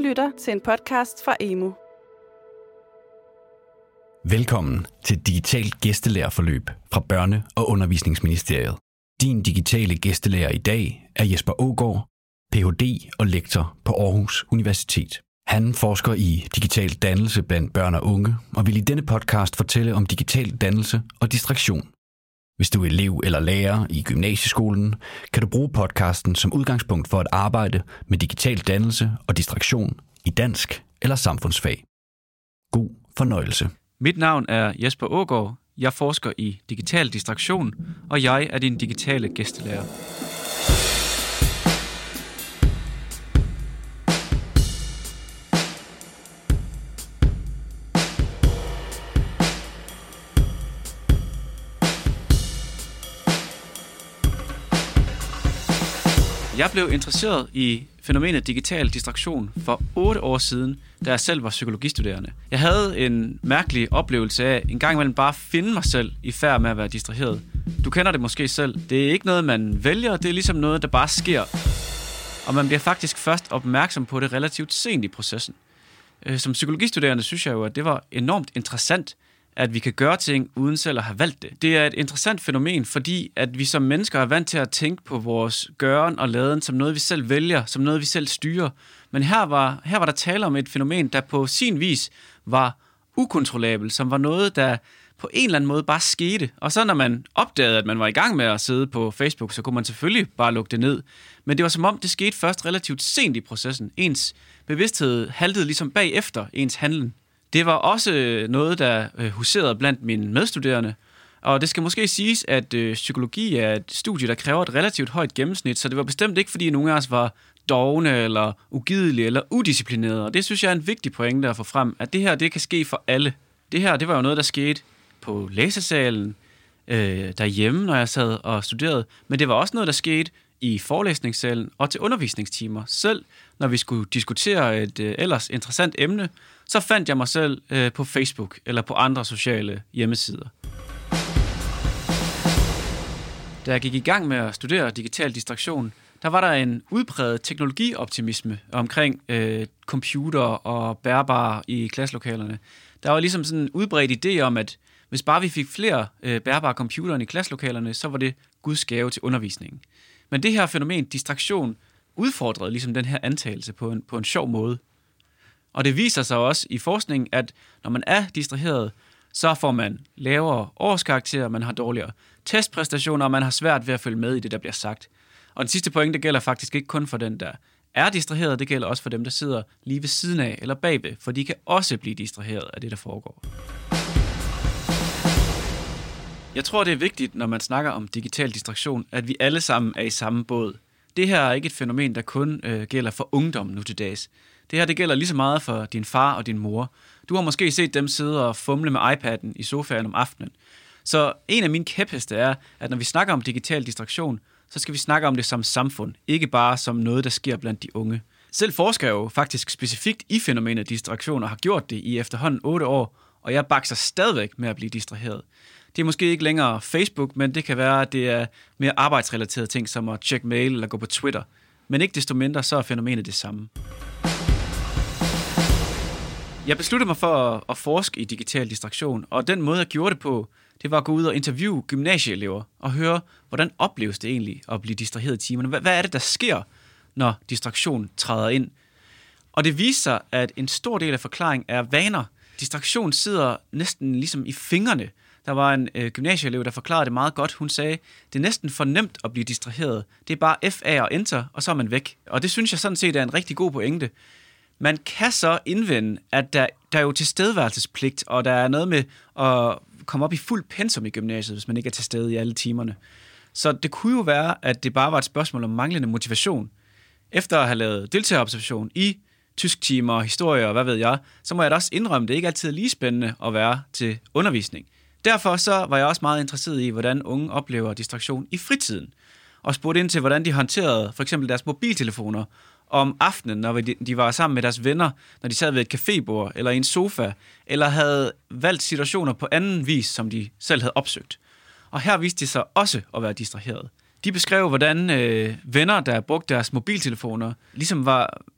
lytter til en podcast fra Emu. Velkommen til Digitalt Gæstelærerforløb fra Børne- og Undervisningsministeriet. Din digitale gæstelærer i dag er Jesper Aagaard, Ph.D. og lektor på Aarhus Universitet. Han forsker i digital dannelse blandt børn og unge, og vil i denne podcast fortælle om digital dannelse og distraktion. Hvis du er elev eller lærer i gymnasieskolen, kan du bruge podcasten som udgangspunkt for at arbejde med digital dannelse og distraktion i dansk eller samfundsfag. God fornøjelse. Mit navn er Jesper Aagaard. Jeg forsker i digital distraktion, og jeg er din digitale gæstelærer. Jeg blev interesseret i fænomenet digital distraktion for 8 år siden, da jeg selv var psykologistuderende. Jeg havde en mærkelig oplevelse af en gang imellem bare finde mig selv i færd med at være distraheret. Du kender det måske selv. Det er ikke noget, man vælger, det er ligesom noget, der bare sker. Og man bliver faktisk først opmærksom på det relativt sent i processen. Som psykologistuderende synes jeg jo, at det var enormt interessant, at vi kan gøre ting uden selv at have valgt det. Det er et interessant fænomen, fordi at vi som mennesker er vant til at tænke på vores gøren og laden som noget, vi selv vælger, som noget, vi selv styrer. Men her var der tale om et fænomen, der på sin vis var ukontrollabelt, som var noget, der på en eller anden måde bare skete. Og så når man opdagede, at man var i gang med at sidde på Facebook, så kunne man selvfølgelig bare lukke det ned. Men det var som om, det skete først relativt sent i processen. Ens bevidsthed haltede ligesom bagefter ens handlen. Det var også noget, der huserede blandt mine medstuderende, og det skal måske siges, at psykologi er et studie, der kræver et relativt højt gennemsnit, så det var bestemt ikke, fordi nogen af os var dovne eller ugidelige eller udisciplinerede, og det synes jeg er en vigtig pointe at få frem, at det her, det kan ske for alle. Det her, det var jo noget, der skete på læsesalen, derhjemme, når jeg sad og studerede, men det var også noget, der skete i forelæsningssalen og til undervisningstimer. Selv når vi skulle diskutere et ellers interessant emne, så fandt jeg mig selv på Facebook eller på andre sociale hjemmesider. Da jeg gik i gang med at studere digital distraktion, der var der en udpræget teknologioptimisme omkring computer og bærbare i klasselokalerne. Der var ligesom sådan en udbredt idé om, at hvis bare vi fik flere bærbare computere i klasselokalerne, så var det Guds gave til undervisningen. Men det her fænomen, distraktion, udfordrede ligesom den her antagelse på en sjov måde. Og det viser sig også i forskningen, at når man er distraheret, så får man lavere årskarakterer, man har dårligere testpræstationer, og man har svært ved at følge med i det, der bliver sagt. Og den sidste point, det gælder faktisk ikke kun for den, der er distraheret, det gælder også for dem, der sidder lige ved siden af eller bagved, for de kan også blive distraheret af det, der foregår. Jeg tror, det er vigtigt, når man snakker om digital distraktion, at vi alle sammen er i samme båd. Det her er ikke et fænomen, der kun gælder for ungdom nu til dags. Det her, det gælder lige så meget for din far og din mor. Du har måske set dem sidde og fumle med iPad'en i sofaen om aftenen. Så en af mine kæpheste er, at når vi snakker om digital distraktion, så skal vi snakke om det som samfund, ikke bare som noget, der sker blandt de unge. Selv forsker jeg jo faktisk specifikt i fænomenet distraktion og har gjort det i efterhånden 8 år, og jeg bakser stadigvæk med at blive distraheret. Det er måske ikke længere Facebook, men det kan være, at det er mere arbejdsrelaterede ting, som at tjekke mail eller gå på Twitter. Men ikke desto mindre, så er fænomenet det samme. Jeg besluttede mig for at forske i digital distraktion, og den måde, jeg gjorde det på, det var at gå ud og interviewe gymnasieelever og høre, hvordan opleves det egentlig at blive distraheret i timerne. Hvad er det, der sker, når distraktion træder ind? Og det viser sig, at en stor del af forklaringen er vaner. Distraktion sidder næsten ligesom i fingrene. Der var en gymnasieelev, der forklarede det meget godt. Hun sagde, det er næsten for nemt at blive distraheret. Det er bare FA og enter, og så er man væk. Og det synes jeg sådan set er en rigtig god pointe. Man kan så indvende, at der er jo tilstedeværelsespligt, og der er noget med at komme op i fuld pensum i gymnasiet, hvis man ikke er til stede i alle timerne. Så det kunne jo være, at det bare var et spørgsmål om manglende motivation. Efter at have lavet deltagerobservation i tysktimer, historie og hvad ved jeg, så må jeg da også indrømme, at det ikke altid er lige spændende at være til undervisning. Derfor så var jeg også meget interesseret i, hvordan unge oplever distraktion i fritiden, og spurgte ind til, hvordan de håndterede for eksempel deres mobiltelefoner om aftenen, når de var sammen med deres venner, når de sad ved et cafébord eller i en sofa, eller havde valgt situationer på anden vis, som de selv havde opsøgt. Og her viste de sig også at være distraheret. De beskrev, hvordan venner, der brugte deres mobiltelefoner, ligesom var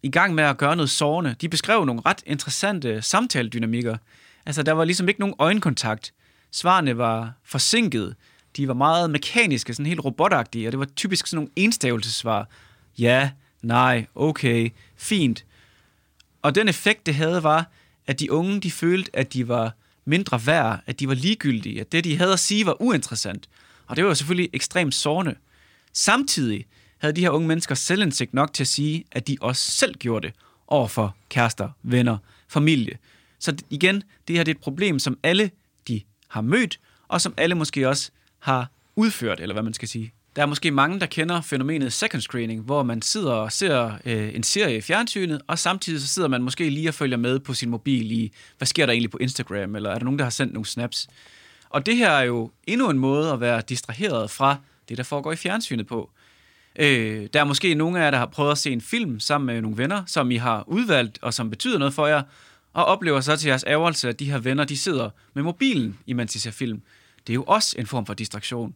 i gang med at gøre noget sårende. De beskrev nogle ret interessante samtaledynamikker. Altså, der var ligesom ikke nogen øjenkontakt. Svarene var forsinket. De var meget mekaniske, sådan helt robotagtige, og det var typisk sådan nogle enstavelsesvar. Ja, nej, okay, fint. Og den effekt, det havde, var, at de unge, de følte, at de var mindre værd, at de var ligegyldige, at det, de havde at sige, var uinteressant. Og det var jo selvfølgelig ekstremt sårende. Samtidig havde de her unge mennesker selvindsigt nok til at sige, at de også selv gjorde det overfor kærester, venner, familie. Så igen, det her det er et problem, som alle de har mødt, og som alle måske også har udført, eller hvad man skal sige. Der er måske mange, der kender fænomenet second screening, hvor man sidder og ser en serie i fjernsynet, og samtidig så sidder man måske lige og følger med på sin mobil i, hvad sker der egentlig på Instagram, eller er der nogen, der har sendt nogle snaps. Og det her er jo endnu en måde at være distraheret fra det, der foregår i fjernsynet på. Der er måske nogle af jer, der har prøvet at se en film sammen med nogle venner, som I har udvalgt, og som betyder noget for jer, og oplever så til jeres ærgelse, at de her venner, de sidder med mobilen, imens de ser film. Det er jo også en form for distraktion.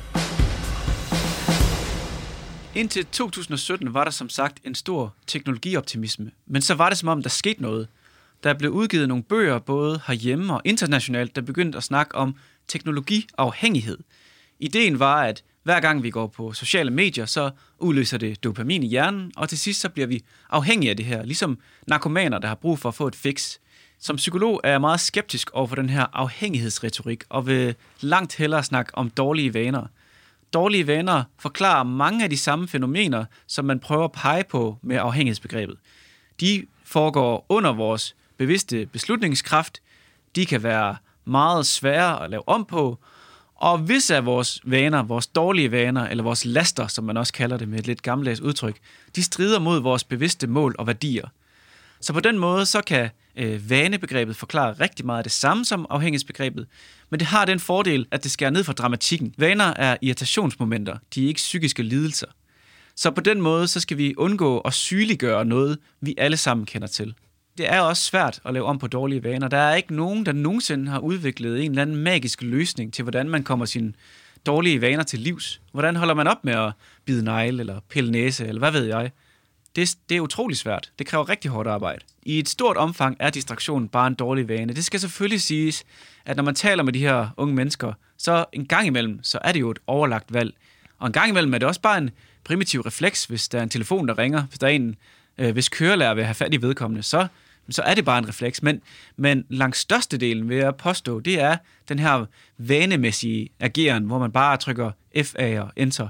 Indtil 2017 var der som sagt en stor teknologioptimisme, men så var det som om, der skete noget. Der blev udgivet nogle bøger, både herhjemme og internationalt, der begyndte at snakke om teknologiafhængighed. Ideen var, at hver gang vi går på sociale medier, så udløser det dopamin i hjernen, og til sidst så bliver vi afhængige af det her, ligesom narkomaner, der har brug for at få et fix. Som psykolog er jeg meget skeptisk over for den her afhængighedsretorik, og vil langt hellere snakke om dårlige vaner. Dårlige vaner forklarer mange af de samme fænomener, som man prøver at pege på med afhængighedsbegrebet. De foregår under vores bevidste beslutningskraft, de kan være meget svære at lave om på, og hvis af vores vaner, vores dårlige vaner, eller vores laster, som man også kalder det med et lidt gammeldags udtryk, de strider mod vores bevidste mål og værdier. Så på den måde, så kan vanebegrebet forklare rigtig meget af det samme som afhængighedsbegrebet, men det har den fordel, at det skærer ned fra dramatikken. Vaner er irritationsmomenter, de er ikke psykiske lidelser. Så på den måde, så skal vi undgå at sygeliggøre noget, vi alle sammen kender til. Det er også svært at lave om på dårlige vaner. Der er ikke nogen, der nogensinde har udviklet en eller anden magisk løsning til, hvordan man kommer sine dårlige vaner til livs. Hvordan holder man op med at bide negle eller pille næse, eller hvad ved jeg. Det er utrolig svært. Det kræver rigtig hårdt arbejde. I et stort omfang er distraktion bare en dårlig vane. Det skal selvfølgelig siges, at når man taler med de her unge mennesker, så en gang imellem, så er det jo et overlagt valg. Og en gang imellem er det også bare en primitiv refleks, hvis der er en telefon, der ringer. Hvis der er en, hvis kørelærer vil have fat i vedkommende, så er det bare en refleks. Men langt størstedelen, vil jeg påstå, det er den her vanemæssige ageren, hvor man bare trykker F-A og Enter.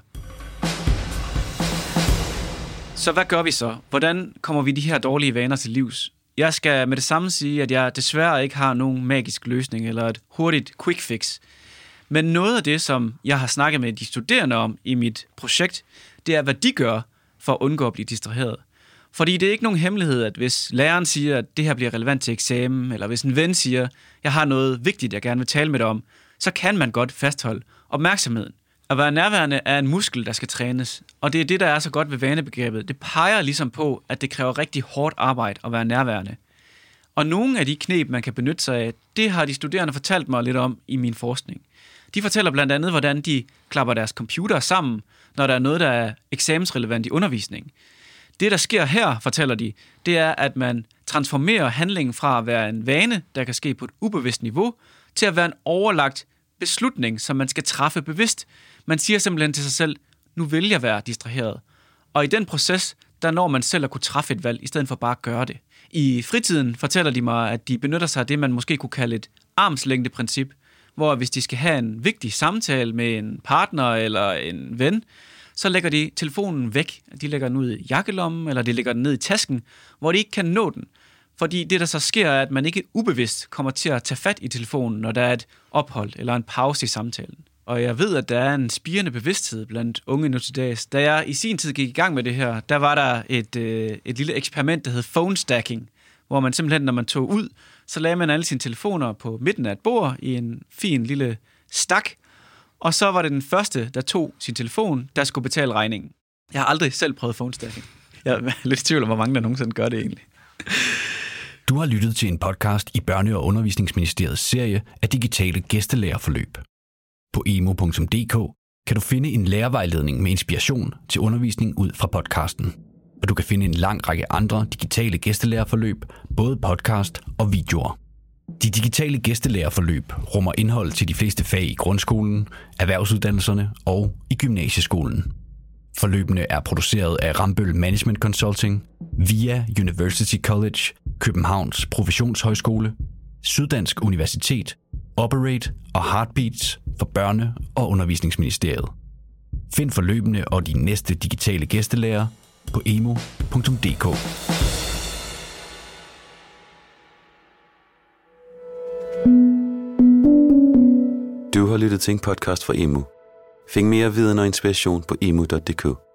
Så hvad gør vi så? Hvordan kommer vi de her dårlige vaner til livs? Jeg skal med det samme sige, at jeg desværre ikke har nogen magisk løsning eller et hurtigt quick fix. Men noget af det, som jeg har snakket med de studerende om i mit projekt, det er, hvad de gør for at undgå at blive distraheret. Fordi det er ikke nogen hemmelighed, at hvis læreren siger, at det her bliver relevant til eksamen, eller hvis en ven siger, jeg har noget vigtigt, jeg gerne vil tale med dig om, så kan man godt fastholde opmærksomheden. At være nærværende er en muskel, der skal trænes, og det er det, der er så godt ved vanebegrebet. Det peger ligesom på, at det kræver rigtig hårdt arbejde at være nærværende. Og nogle af de knep, man kan benytte sig af, det har de studerende fortalt mig lidt om i min forskning. De fortæller blandt andet, hvordan de klapper deres computer sammen, når der er noget, der er eksamensrelevant i undervisning. Det, der sker her, fortæller de, det er, at man transformerer handlingen fra at være en vane, der kan ske på et ubevidst niveau, til at være en overlagt beslutning, som man skal træffe bevidst. Man siger simpelthen til sig selv, nu vil jeg være distraheret. Og i den proces, der når man selv at kunne træffe et valg, i stedet for bare at gøre det. I fritiden fortæller de mig, at de benytter sig af det, man måske kunne kalde et armslængdeprincip, hvor hvis de skal have en vigtig samtale med en partner eller en ven, så lægger de telefonen væk. De lægger den ud i jakkelommen, eller de lægger den ned i tasken, hvor de ikke kan nå den. Fordi det, der så sker, er, at man ikke ubevidst kommer til at tage fat i telefonen, når der er et ophold eller en pause i samtalen. Og jeg ved, at der er en spirende bevidsthed blandt unge nu til dags. Da jeg i sin tid gik i gang med det her, der var der et lille eksperiment, der hed phone stacking, hvor man simpelthen, når man tog ud, så lagde man alle sine telefoner på midten af et bord i en fin lille stak, og så var det den første, der tog sin telefon, der skulle betale regningen. Jeg har aldrig selv prøvet phone stacking. Jeg er lidt i tvivl om, hvor mange der nogensinde gør det egentlig. Du har lyttet til en podcast i Børne- og Undervisningsministeriets serie af digitale gæstelærerforløb. På emo.dk kan du finde en lærervejledning med inspiration til undervisning ud fra podcasten. og du kan finde en lang række andre digitale gæstelærerforløb, både podcast og videoer. De digitale gæstelærerforløb rummer indhold til de fleste fag i grundskolen, erhvervsuddannelserne og i gymnasieskolen. Forløbene er produceret af Rambøll Management Consulting, VIA University College, Københavns Professionshøjskole, Syddansk Universitet, Operate og Heartbeats for Børne- og Undervisningsministeriet. Find forløbene og de næste digitale gæstelærer på emu.dk. Du har lyttet til en podcast fra Emu. Find mere viden og inspiration på emu.dk.